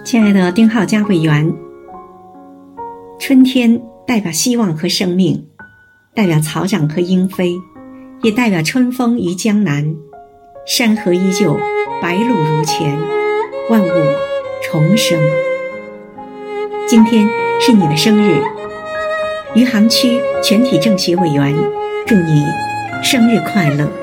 亲爱的丁浩佳委员，春天代表希望和生命，代表草长和莺飞，也代表春风于江南。山河依旧，白鹭如前，万物重生。今天是你的生日，余杭区全体政协委员祝你生日快乐。